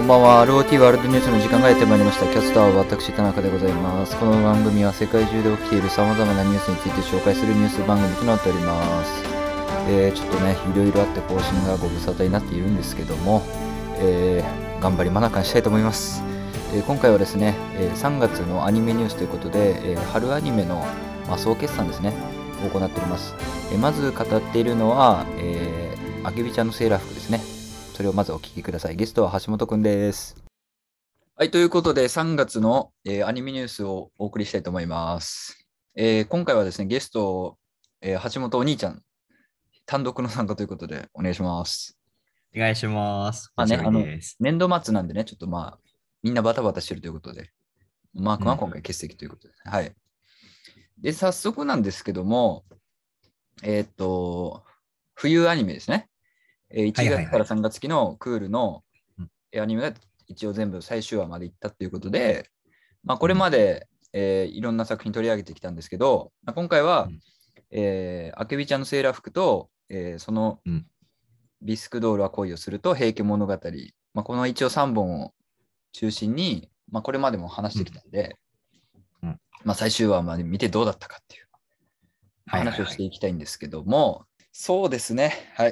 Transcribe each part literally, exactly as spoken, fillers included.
んばんは。アールオーティー ワールドニュースの時間がやってまいりました。キャスターは私、田中でございます。この番組は世界中で起きている様々なニュースについて紹介するニュース番組となっております。えー、ちょっとね、いろいろあって更新がご無沙汰になっているんですけども、えー、頑張りまなかにしたいと思います。えー、今回はですね、えー、さんがつのアニメニュースということで、えー、春アニメの、まあ、総決算ですね、を行っております。えー、まず語っているのは、えー、あけびちゃんのセーラー服ですね。それをまずお聞きください。ゲストは橋本くんです。はい、ということでさんがつの、えーアニメニュースをお送りしたいと思います。えー今回はですね、ゲスト、えー橋本お兄ちゃん、単独の参加ということでお願いします。 お願いします。 まあね、 お久しぶあの、 りです。 年度末なんでね、ちょっとまあ、みんなバタバタしてるということで、マー君はうん。 今回欠席ということで、はい。で、早速なんですけども、えーっと、冬アニメですね。えー1月からはいはいはい。 さんがつ期のクールのうんえーアニメが一応全部最終話まで行ったということで、まあ、これうんまで、えーいろんな作品取り上げてきたんですけど、まあ、今回は、 うんえー、あけびちゃんのセーラー服と、えーそのうんビスクドールは恋をすると平家物語、まあ、この一応さんぼんを中心に、まあ、これまでも話してきうんたんで、 うんまあ、最終話まで見てどうだったかっていう、まあ、話をしてはいはいはい。 いきたいんですけども、そうですね、はい。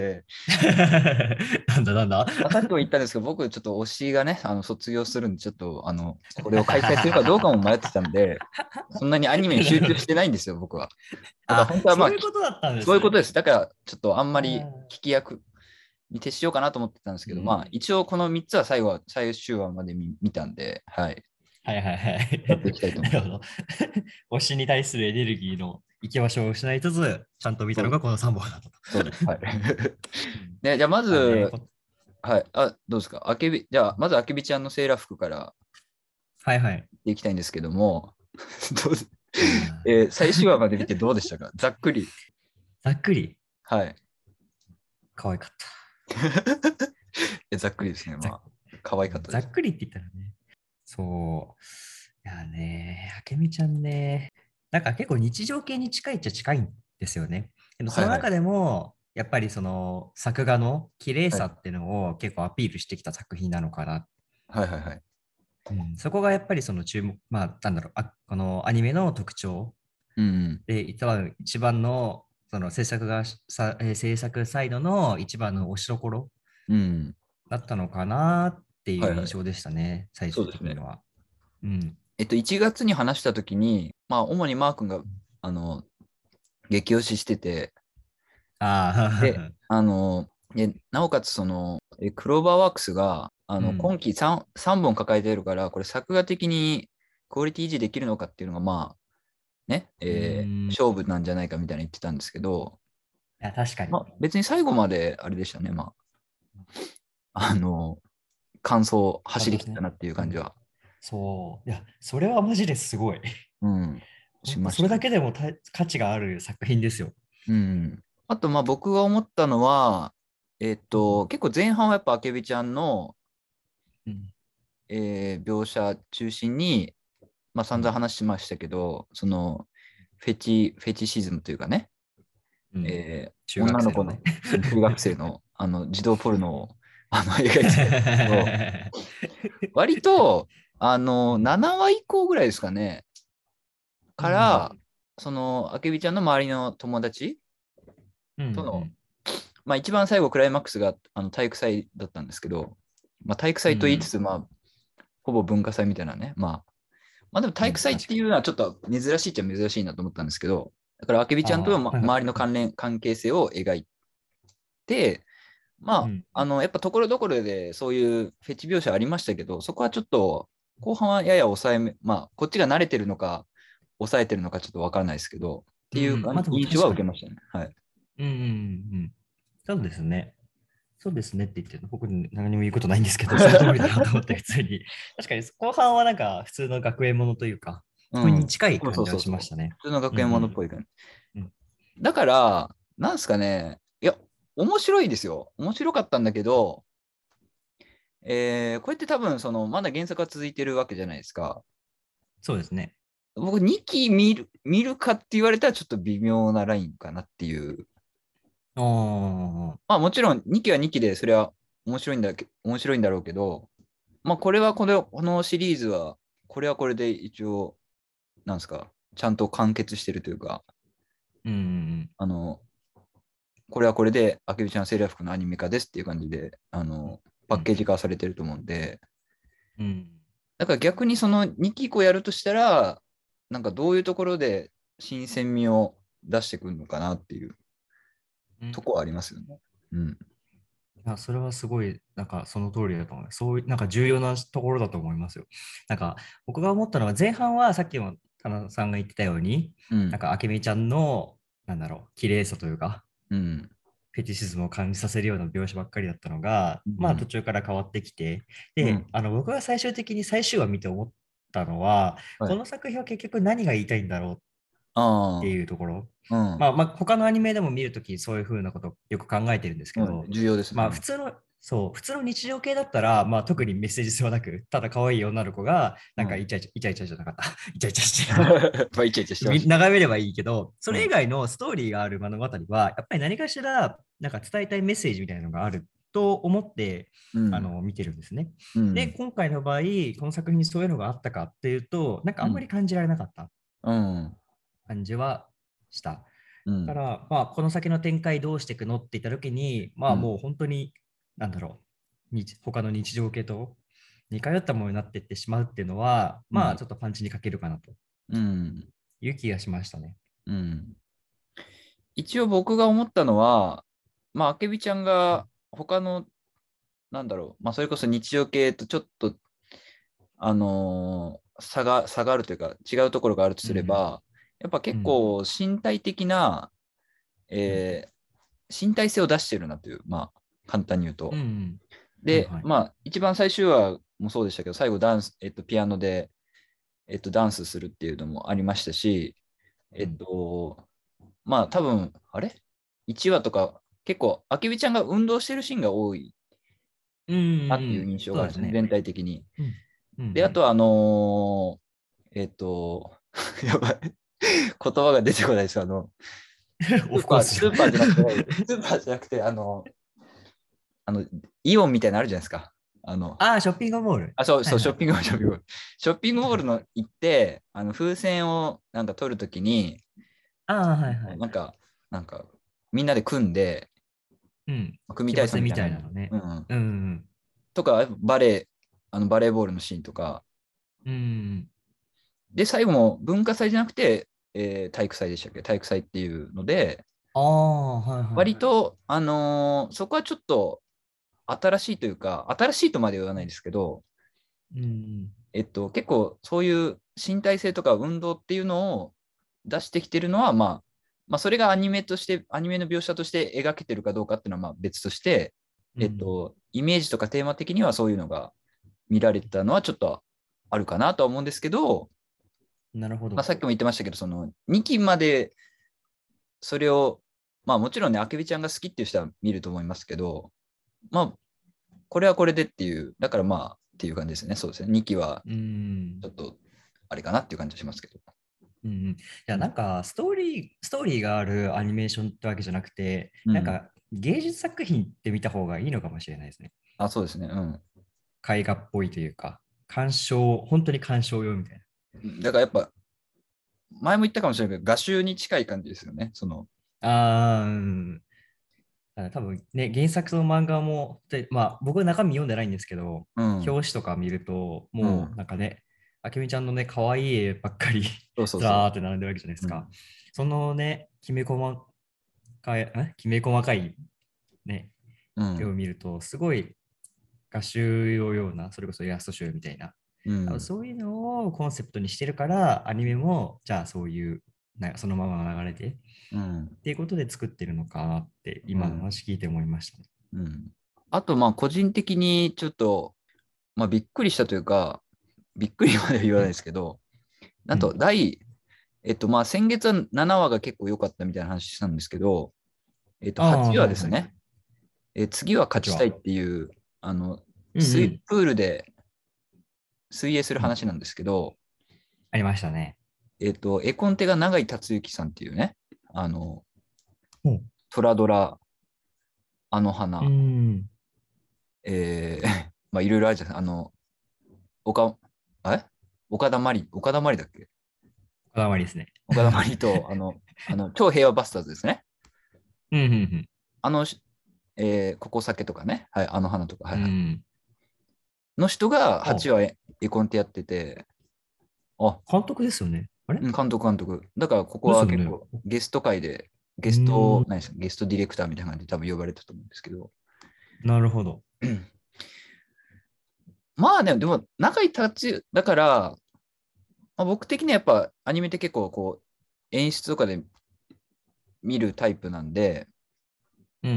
なんだなんだ。 まあ、さっきも言ったんですけど、僕、ちょっと推しがね、あの卒業するんで、ちょっとあのこれを開催するかどうかも迷ってたんで、そんなにアニメに集中してないんですよ、僕は。だから本あ、 当はまあ、 そういうことだったんですね。 そういうことです。だから、ちょっとあんまりあ聞き役に徹しようかなと思ってたんですけど、まあ、 ーうん。 一応このみっつは最後は、最終話まで見見たんで、はい、 はいはいはやっていきい。 たいと思います。 なるほど。推しに対するエネルギーの行き場所を失いつつ、ちゃんと見たそうです。 のがこのさんぼんだったと。 そうです。はい。 うんで、じゃあ、ままあね、 ず、 こはい、あ、どうですか。あけび、じゃあ、まず、あけびちゃんのセーラー服からはいはい。 いきたいんですけども、どうであえー最終話まで見てーどうでしたかざっくり。 ざっくり、 はい。 可愛かった。 えざっくりですね。 ざまあ、可愛かったです。 ざっくりって言ったらね。そう。いやね、あけみちゃんね、なんか結構日常系に近いっちゃ近いんですよね。けどそはいはい。 の中でも、やっぱりその作画の綺麗はいさっていうのを結構アピールしてきた作品なのかな。 はいはいはい。 うん、そこがやっぱりその注目、まあ、なんだろう、あ、このアニメの特徴うんうんで、一番一番のその制作がさ、えー制作サイドの一番の押しどころうん。 だったのかなっていうはいはい。 印象でしたね、最終そうですね。 的には。うん。 えっと、いちがつに話したときに、まあ、主にマー君が、あの、激推ししてて、で、 ああの、でなおかつ、その、えクローバーワークスが、ああ、うの、 ん。 今期 3, 三本抱えているから、これ作画的にクオリティ維持できるのかっていうのが、まあ、ね、 うえーーん。い勝負なんじゃないかみたいな言ってたんですけど、 や、確かに。 まあ、別に最後まであれでしたね、まあ、あの、感想走り感動ですね。 切ったなっていううん。 感じは、 そう。いや、それはマジですごい。 うん、し本当それましたね。 だけでもた価値がある作品ですよ。 うん。あと、まあ、僕が思ったのは、えっと、結構前半はやっぱあけびちゃんの、 うん。 えー描写中心に、まあ、散々 うん。 話しましたけど、その、フェチ、フェチシズムというかね、 うん。 えー中学生のね。 女の子の、その中学生の、あの、児童ポルノを、あの、描いてたんですけど、割と、あの、 うん。 ななわ以降ぐらいですかね、 うん。 から、その、あけびちゃんの周りの友達うん。うとの、 ん。 まあ、一番最後、クライマックスがあの体育祭だったんですけど、まあ、体育祭と言いつうん。 つ、まあ、ほぼ文化祭みたいなね、まあ、まあ、でも体育うん。確かに。 祭っていうのはちょっと珍しいっちゃ珍しいなと思ったんですけど、だから、あけびちゃんとの、 ああ、 ま、 なんか、 周りの関連、関係性を描いて、まうん。 あ、あの、やっぱところどころでそういうフェチ描写ありましたけど、そこはちょっと、後半はやや抑えめ、まあ、こっちが慣れてるのか、抑えてるのかちょっとわからないですけど、っていううん。まあでも印象は確かに。 受けましたね。はい。 うん。うん。うん。そうですね。そうですねって言ってるの、僕に何にも言うことないんですけど、その通りだなと思って、普通に。確かに、後半はなんか、普通の学園ものというか、それにうん。 近いそうそ感じはうそうそう。 しましたね。 普通の学園ものっうんぽい感じ。 うん。 だから、なんすかね、いや、面白いですよ。面白かったんだけど、えーこうやって多分、その、まだ原作が続いてるわけじゃないですか。 そうですね。 僕、にき見る、見るかって言われたらちょっと微妙なラインかなっていう。 おー。 まあもちろんにきはにきで、それは面白いんだけ、面白いんだろうけど、まあこれはこの、このシリーズは、これはこれで一応、なんですか、ちゃんと完結してるというか、 うんうんあの、これはこれで、あけびちゃんセーラー服のアニメ化ですっていう感じで、あの、パうん。 ッケージ化されてると思うんで、 うん。 だから逆にそのにき以降やるとしたら、なんかどういうところで新鮮味を出してくるのかなっていううん。 とこはありますよね。うん。 いや、それはすごい、なんかその通りだと思います。そういう、なんか重要なところだと思いますよ。なんか僕が思ったのは、前半はさっきも田中さんが言ってたように、 うん。 なんか明美ちゃんの、なんだろう、綺麗さというか、 うん。 フェティシズムを感じさせるような描写ばっかりだったのが、まあ途うん。 中から変わってきて、で、 うん。 あの僕が最終的に最終話見て思ったのは、 はい。 この作品は結局何が言いたいんだろうってあいうところ。 あ。うん。 まあ、まあ、他のアニメでも見るとき、そういうふうなことをよく考えてるんですけうん。 ど、 重要ですね。 まあ、 うん。 普通の、そう、普通の日常系だったら、まあ、特にメッセージ性はなく、ただ可愛い女の子が、なんかうん。 イチャイチャ、イチャイチャじゃなかった、イチャイチャしてるのをまあ、イチャイチャしてまみし眺めればいいけど、そた。うん。 れ以外のストーリーがある物語は、やっぱり何かしら、なんか伝えたいメッセージみたいなのがあると思って、 うん。 あの見てるんですね。で、 うん。 今回の場合、この作品にそういうのがあったかっていうと、なんかあんまうん。 り感じられなかったうん。 感じはした。 うん。 から、まあ、この先の展開どうしていくのって言ったときに、まあ、 うん。 もう本当に、なんだろう、日他の日常系と似通ったものになっていってしまうっていうのは、まあ、 うん。 ちょっとパンチにかけるかなとうん。 いう気がしましたね。 うん。一応僕が思ったのは、まあ、あけびちゃんが他の、なんだろう、まあ、それこそ日常系とちょっと、あのー差が、差があるというか、違うところがあるとうん、 すれば、やっぱうん、 結構身体的な、 うん、 えー身体性を出してるなという、まあ、簡単に言ううん、 と。 うん。はいで、 はい。 まあ、一番最終話もそうでしたけど、最後ダンス、えっと、ピアノで、えっと、ダンスするっていうのもありましたし、えっうん、 と、まあ、多分、あれ ?いち 話とか、結構、あけびちゃんが運動してるシーンが多いうん、うん、 なっていううん。 印象があるんですね、 そうですね。 全体的に。 うん、うん、うで、あとん。 は、あのーえっと、やばい、言葉が出てこないです。あの、 オスーパー、 フコースじゃん。 スーパーじゃなくて、スーパーじゃなくて、あの、あの、イオンみたいなのあるじゃないですか。あの、 ああ、ショッピングモール。 あ、そうそう、 はいはい。 ショッピングモール、ショッピングモール。ショッピングモールの行って、あの、風船をなんか取るときに、 ああ、はいはい。 なんか、なんか、みんなで組んで、 うん。 組体操騎馬戦みみたいな感じ。 たいなのね。 うんうん。 うん、 とか、バレー、あのバレーボールのシーンとか、 うん、うん。 で、最後も文化祭じゃなくて、えー体育祭でしたっけ体育祭っていうので、 ああ、はいはい。 割と、あのーそこはちょっと新しいというか、新しいとまでは言わないですけど、 うん、 えっと、結構そういう身体性とか運動っていうのを出してきてるのは、まあ、まあ、それがアニメとして、アニメの描写として描けてるかどうかっていうのはまあ別として、 うん。 えっと、イメージとかテーマ的にはそういうのが見られたのはちょっとあるかなとは思うんですけど、まあ、 なるほど。 さっきも言ってましたけど、そのにきまでそれを、まあもちろんね、あけびちゃんが好きっていう人は見ると思いますけど、まあ、これはこれでっていう、だからまあっていう感じですね。そうですね。にきはうん。 ちょっとあれかなっていう感じがしますけど。 うん。いや、 うん。 なんか、ストーリー、ストーリーがあるアニメーションってわけじゃなくて、 うん。 なんか、芸術作品って見た方がいいのかもしれないですね。 あ、そうですね。うん。 絵画っぽいというか、鑑賞、本当に鑑賞用みたいな。 だからやっぱ、前も言ったかもしれないけど、画集に近い感じですよね。その、 あー、うん。だから多分ね、原作の漫画も、でまあ、僕は中身読んでないんですけど、 うん。 表紙とか見ると、もううん。 なんかね、あけみちゃんのね、可愛い絵ばっかりそうそずうそらーって並んでるわけじゃないですう。うん。 か。そのね、きめ細かい、んきめ細かいね、絵をうん。 見ると、すごい画集のような、それこそイラスト集みたいな、 うん。 多分そういうのをコンセプトにしてるから、アニメも、じゃあそういう、なそのままの流れで、っうん。 ていうことで作ってるのかなって、今のうん。 話聞いて思いましたね。 うん。あと、まあ、個人的にちょっと、まあ、びっくりしたというか、びっくりまでは言わないですけど、なんと、 うん。 第、えっと、まあ、先月はななわが結構良かったみたいな話したんですけど、えっと、 ああ、 はちわはいはい。 ですね。えー次は勝こんにちは。 ちたいっていう、あの、水うんうん。 プールで水泳するうん。 話なんですけど、 ありましたね。 えっと、絵コンテが永井達之さんっていうね、あの、 うん。 トラドラ、あのう花、 ん。 まあいろいろあるじゃん。あの、岡、え岡田真理、岡田真理だっけ？ こだわりですね。 岡田真理と、あの、あの超平和バスターズですね。 うんうんあの、えー、ここ酒とかね。はい、あの花とか。はうん。ういはい。 ん。 の人があ、 はちわ絵コンテやってて、あ、 監督ですよね。あれうん監督監督。だからここですよね。 は結構ゲスト会で、 うゲスト、 ーん。 何ですか、ゲストディレクターみたいな感じで多分呼ばれたと思うんですけど。 なるほど。 まあね、でも仲いい立ち、だから、まあ、僕的にはやっぱアニメって結構こう演出とかで見るタイプなんで、 うん。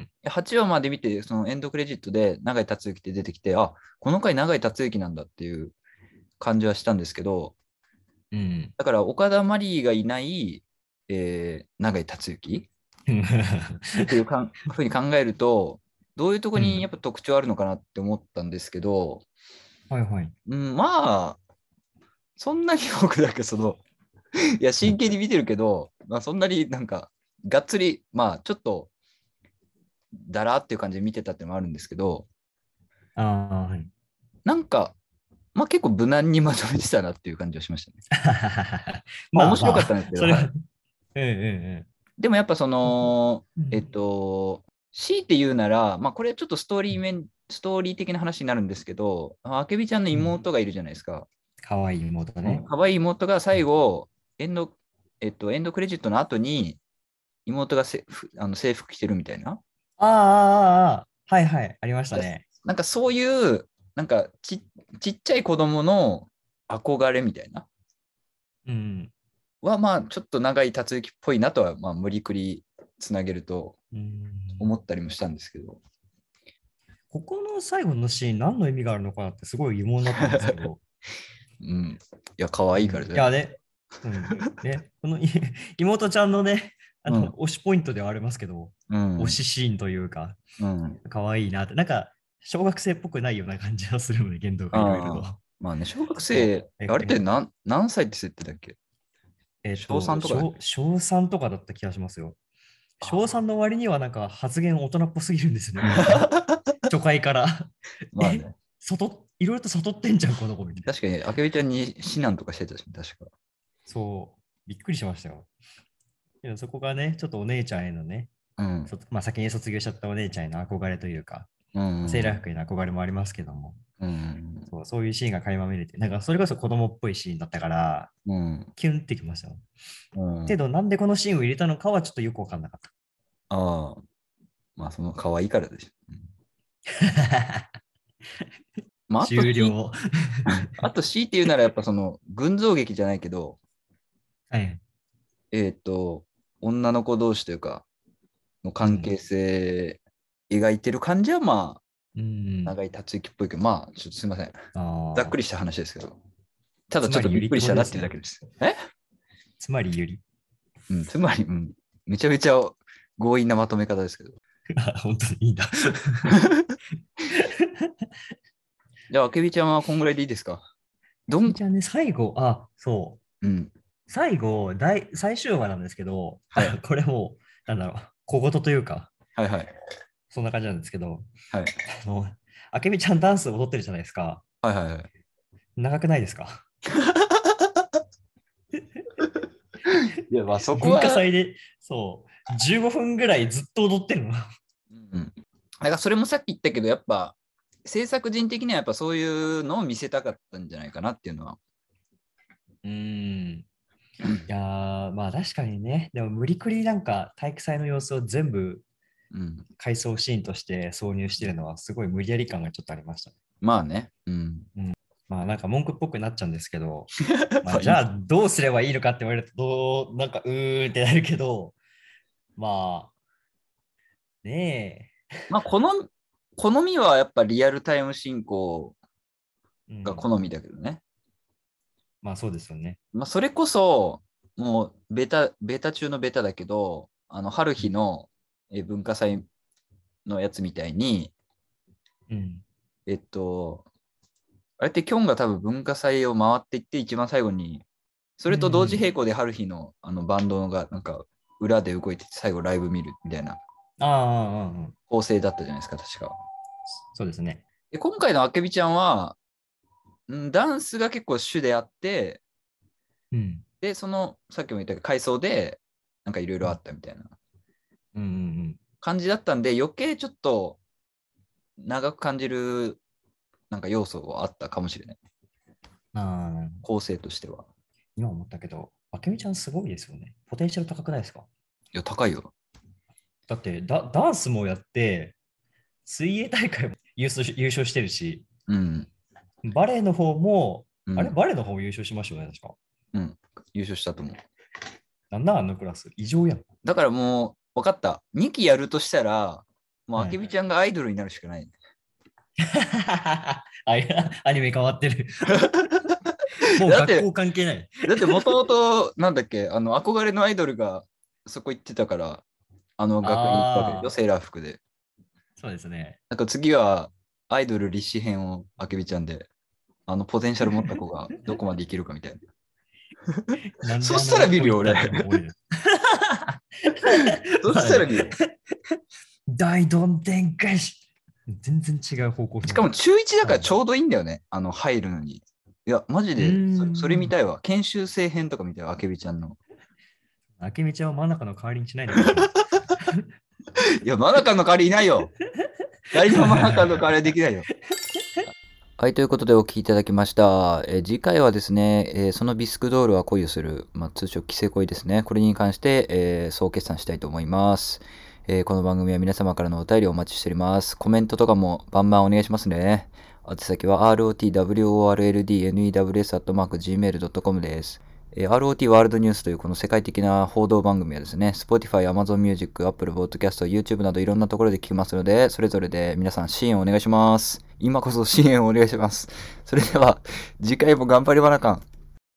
はちわまで見て、そのエンドクレジットで永井達之って出てきて、あ、この回永井達之なんだっていう感じはしたんですけど、 うん。 だから岡田真理がいない、えー、永井達之っていうかんふうに考えると、どういうとこうん。 にやっぱ特徴あるのかなって思ったんですけど、 はいはい。 うん、まあ、そんなに僕だけその、いや、真剣に見てるけど、まあ、そんなになんか、がっつり、まあ、ちょっと、だらっていう感じで見てたってのもあるんですけど、 ああ、はい。 なんか、まあ結構無難にまとめてたなっていう感じはしましたね。まあ面白かったまあまあ、 んですけど、 それは、 はい。 うんうんでもやっぱそうん。 の、えっうん。 と、強いて言うなら、まあこれちょっとストーリー面、ストーリー的な話になるんですけど、あけびちゃんのうん。 妹がいるじゃないですか。 かわいい妹ね。 うん。可愛い妹が最後、エンド、えっと、エンドクレジットの後に、妹がせふあの制服着てるみたいな。 ああ、ああ、ああはいはい、ありましたね。 なんかそういう、なんかちちっちゃい子供の憧れみたいなうん。 は、まあちょっと長い達之っぽいなとは、まあ無理くりつなげるとうん。 思ったりもしたんですけど。 ここの最後のシーン、何の意味があるのかなってすごい疑問になったんですけど、 うん。いや、可うん、 愛いからじゃない。 いやね、うん、ね、このい妹ちゃんのね、あの、 うん。 推しポイントではありますけど、 うん。 推しシーンというか、 うん。 可愛いなって、なんか、小学生っぽくないような感じがするので、言動がいろいろと。 ああ。まあね、小学そう生、 ええあれって何、何歳って設定だっけ？ えっ小さんと、 とかだっけ？ 小、小さんとかだった気がしますよ。小あさんの割にはなんか発言大人っぽすぎるんですよね、毎回。 あ。 初回から。え、 まあね。 悟いろいろと悟ってんじゃん、この子みたいな。 確かに、あけびちゃんに指南とかしてたし、確か。 そう、びっくりしましたよ。でもそこがね、ちょっとお姉ちゃんへのね、 うん。 そまあ、先に卒業しちゃったお姉ちゃんへの憧れというか、 うん。 セーラー服への憧れもありますけども、 うん。 そう、そういうシーンが垣間見れて、なんかそれこそ子供っぽいシーンだったから、 うん。 キュンってきましたよ。 うん。 けど、なんでこのシーンを入れたのかはちょっとよくわかんなかった。 ああ。まあ、その可愛いからでしょ。うん、まあ、あとし、 終了。 あと強いて言うなら、やっぱその、群像劇じゃないけど、 はい。 えっと、女の子同士というか、のうん。 関係性描いてる感じは、まあ、 うん。 長い達之っぽいけど、まあ、ちょっとすいません。ざっああ、 くりした話ですけど。ただちょっとびっつまりユリってくりしたなっていうだことですね。 けです。えつまりユリ。 うん、つまり、うん、めちゃめちゃ強引なまとめ方ですけど。 あ、本当にいいんだ。 じゃあ、あけびちゃんはこんぐらいでいいですか？どん、 じゃあね、最後、あ、そう。 うん。 最後、大最終話なんですけど、 はい。 これもう、なんだろう、小言というか、 はいはい。 そんな感じなんですけど、 はい。 あの、あけみちゃんダンス踊ってるじゃないですか。 はいはいはい。 長くないですか？ いや、まあそこ文化は、 祭で、そう、じゅうごふんぐらいずっと踊ってるの。 うん。だからそれもさっき言ったけど、やっぱ制作人的にはやっぱそういうのを見せたかったんじゃないかなっていうのは。 うーん。いやー、まあ確かにね、でも無理くりなんか体育祭の様子を全部うん。 回想シーンとして挿入してるのはすごい無理やり感がちょっとありましたね。 まあね。うん。 まあなんか文句っぽくなっちゃうんですけど、ままあいいんです。 あじゃあどうすればいいのかって言われると、どう、なんかうーってなるけど、まあねまあこの、好みはやっぱリアルタイム進行え、うん、 が好みだけどね。 まあそうですよね。 まあそれこそ、もうベタ、ベタ中のベタだけど、あの、春うん。 日のえ文化祭のやつみたいに、 うん。 えっと、あれってキョンが多分文化祭を回っていって一番最後に、そうれと同時並ん。 行で春日のあのバンドがなんか裏で動いてて最後ライブ見るみたいなああ、うんうん、 構成だったじゃないですか、確か。 そうですね。 で今回のあけびちゃんは、んダンスが結構主であって、 うん。 で、その、さっきも言ったけど、回想で、なんかいろいろあったみたいなうんうん感じだったんで、余計ちょっと長く感じる、なんか要素はあったかもしれない。 うん。ああ、なるほど構成としては。 今思ったけど、あけみちゃんすごいですよね。ポテンシャル高くないですか？ いや、高いよ。 だってダ、ダンスもやって、水泳大会も優勝し優勝してるし、 うん。 バレーの方も、 うん、 あれバレーの方も優勝しましたよね、確か。 うん。優勝したと思う。 なんだあのクラス。異常やん。 だからもう、分かった。にきやるとしたら、もうはいあけびちゃんがアイドルになるしかない。 あいやアニメ変わってる。もうだって学校関係ない。 だってもともと、なんだっけ、あの、憧れのアイドルがそこ行ってたから、あの学園行ったわけよ、 ああ、 セーラー服で。 そうですね。 なんか次はアイドル立志編をあけびちゃんで、あのポテンシャル持った子がどこまでいけるかみたいな。 なんでそしたら見るよ、俺。 あの学校行ったって覚えてるそしたら見るよ。 大どんでん返し。全然違う方向しかも中いちだからちょょうどいいんだよね、あの入るのに。いや、マジでそそれ見たいわ。研修生編とか見たいわ、あけびちゃんの。 あけみちゃんは真ん中の代わりにしないでください。 いや、真中の代わりいないよ。誰にも真中の代わりはできないよ。はい、ということでお聞きいただきました。えー次回はですね、えーそのビスクドールは恋をする、まあ、通称、キセ恋ですね。これに関して、えー総決算したいと思います。えーこの番組は皆様からのお便りをお待ちしております。コメントとかもバンバンお願いしますね。宛先は アールオーティーダブリューオーアールエルディーエヌイーダブリューエス アットマーク ジーメールドットコム です。えー アールオーティー ワールドニュースというこの世界的な報道番組はですね、Spotify、Amazon Music、Apple Podcast、YouTube などいろんなところで聞きますので、それぞれで皆さん支援をお願いします。今こそ支援をお願いします。それでは、次回も頑張りばなかん。